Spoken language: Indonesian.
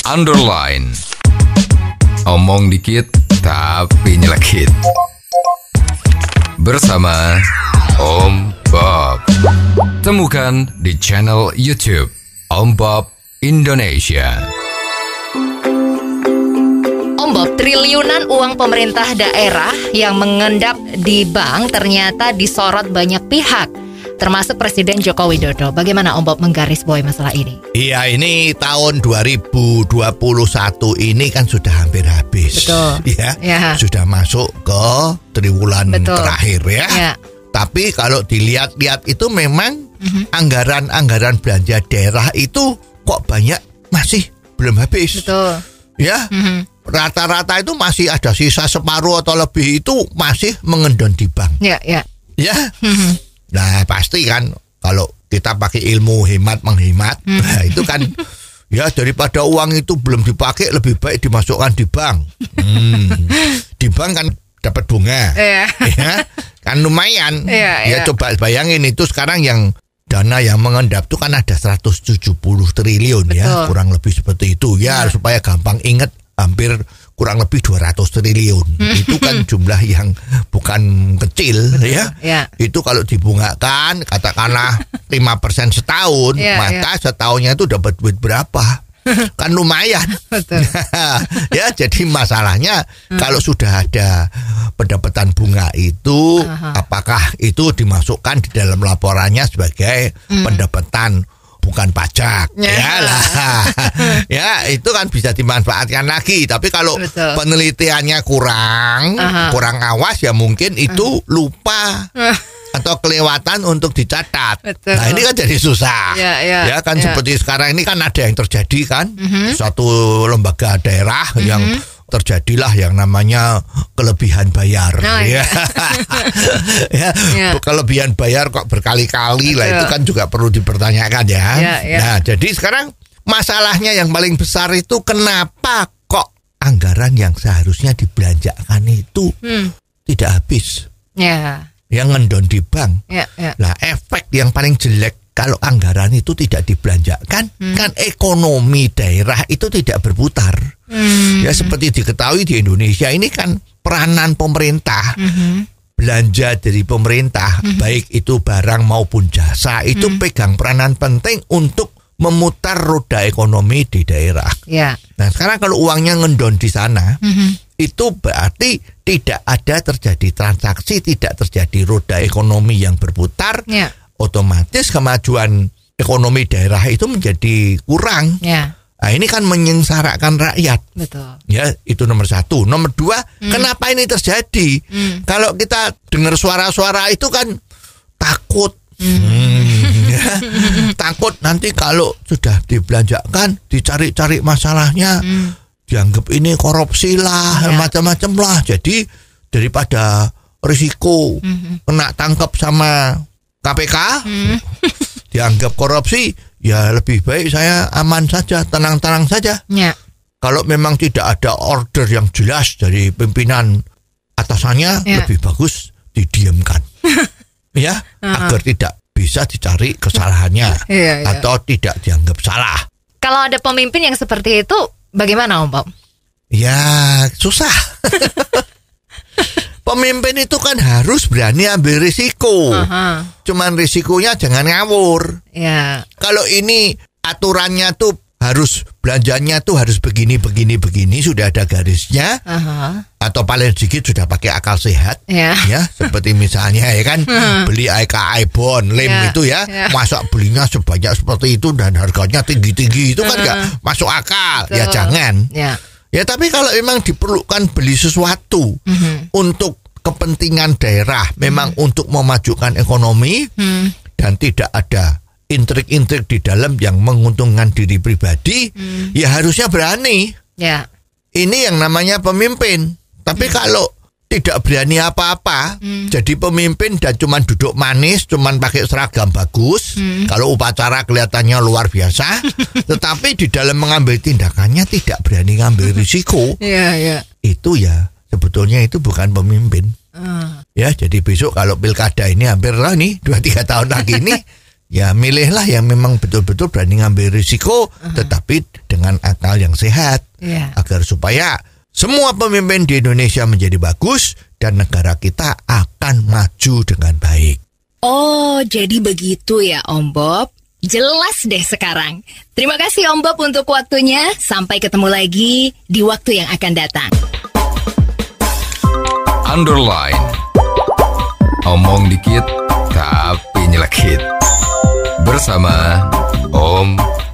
underline. Omong dikit tapi nyelekit. Bersama Om Bob. Temukan di channel YouTube Om Bob Indonesia. Om Bob, triliunan uang pemerintah daerah yang mengendap di bank ternyata disorot banyak pihak, termasuk Presiden Joko Widodo. Bagaimana Om Bob menggarisbawahi masalah ini? Iya, ini tahun 2021 ini kan sudah hampir habis. Betul. Ya. Sudah masuk ke triwulan terakhir ya. Tapi kalau dilihat-lihat itu memang anggaran-anggaran belanja daerah itu kok banyak masih belum habis. Betul. Ya. Rata-rata itu masih ada sisa separuh atau lebih itu masih mengendon di bank. Ya. Nah, pasti kan kalau kita pakai ilmu hemat menghemat, nah itu kan ya daripada uang itu belum dipakai lebih baik dimasukkan di bank. Di bank kan dapat bunga. Ya, kan lumayan. Ya coba bayangin itu sekarang yang dana yang mengendap itu kan ada 170 triliun. Betul. Ya, kurang lebih seperti itu ya, supaya gampang ingat. Hampir kurang lebih 200 triliun. Itu kan jumlah yang bukan kecil. Ya. Itu kalau dibungakan katakanlah 5% setahun, maka setahunnya itu dapat duit berapa? Kan lumayan. Ya, jadi masalahnya kalau sudah ada pendapatan bunga itu, apakah itu dimasukkan di dalam laporannya sebagai pendapatan bukan pajak. Ya, itu kan bisa dimanfaatkan lagi. Tapi kalau penelitiannya kurang awas ya mungkin itu lupa atau kelewatan untuk dicatat. Nah, ini kan jadi susah. Ya kan seperti sekarang ini kan ada yang terjadi kan. Suatu lembaga daerah yang terjadilah yang namanya kelebihan bayar. Kelebihan bayar kok berkali-kali lah, itu kan juga perlu dipertanyakan ya. Nah, jadi sekarang masalahnya yang paling besar itu kenapa kok anggaran yang seharusnya dibelanjakan itu tidak habis. Yang ngendon di bank. Nah, efek yang paling jelek kalau anggaran itu tidak dibelanjakan, kan ekonomi daerah itu tidak berputar. Ya, seperti diketahui di Indonesia ini kan peranan pemerintah, belanja dari pemerintah, baik itu barang maupun jasa, itu pegang peranan penting untuk memutar roda ekonomi di daerah. Nah, sekarang kalau uangnya ngendon di sana, itu berarti tidak ada terjadi transaksi, tidak terjadi roda ekonomi yang berputar. Otomatis kemajuan ekonomi daerah itu menjadi kurang. Nah, ini kan menyengsarakan rakyat. Betul. Ya, itu nomor satu. Nomor dua, kenapa ini terjadi? Kalau kita dengar suara-suara itu kan takut. Takut nanti kalau sudah dibelanjakan, dicari-cari masalahnya, dianggap ini korupsi lah, macam-macam lah. Jadi daripada risiko kena tangkap sama KPK, dianggap korupsi, ya lebih baik saya aman saja, tenang-tenang saja. Kalau memang tidak ada order yang jelas dari pimpinan atasannya, lebih bagus didiamkan. Agar tidak bisa dicari kesalahannya atau tidak dianggap salah. Kalau ada pemimpin yang seperti itu, bagaimana Om Bob? Ya, susah. Pemimpin itu kan harus berani ambil risiko. Cuman risikonya jangan ngawur. Kalau ini aturannya tuh harus belanjanya tuh harus begini, sudah ada garisnya. Atau paling sedikit sudah pakai akal sehat. Ya, seperti misalnya ya kan beli IKI bond, lem itu ya. Masa belinya sebanyak seperti itu dan harganya tinggi-tinggi itu kan nggak masuk akal. Ya jangan. Ya, tapi kalau memang diperlukan beli sesuatu untuk kepentingan daerah, memang untuk memajukan ekonomi dan tidak ada intrik-intrik di dalam yang menguntungkan diri pribadi, ya harusnya berani. Ini yang namanya pemimpin. Tapi kalau tidak berani apa-apa, jadi pemimpin dan cuman duduk manis, cuman pakai seragam bagus, kalau upacara kelihatannya luar biasa, tetapi di dalam mengambil tindakannya tidak berani ngambil risiko. Itu ya sebetulnya itu bukan pemimpin. Ya, jadi besok kalau pilkada ini hampir lah nih 2-3 tahun lagi nih, ya milihlah yang memang betul-betul berani ngambil risiko, tetapi dengan akal yang sehat, agar supaya semua pemimpin di Indonesia menjadi bagus dan negara kita akan maju dengan baik. Oh, jadi begitu ya Om Bob. Jelas deh sekarang. Terima kasih Om Bob untuk waktunya. Sampai ketemu lagi di waktu yang akan datang. Underline. Omong dikit tapi nyelekit. Bersama Om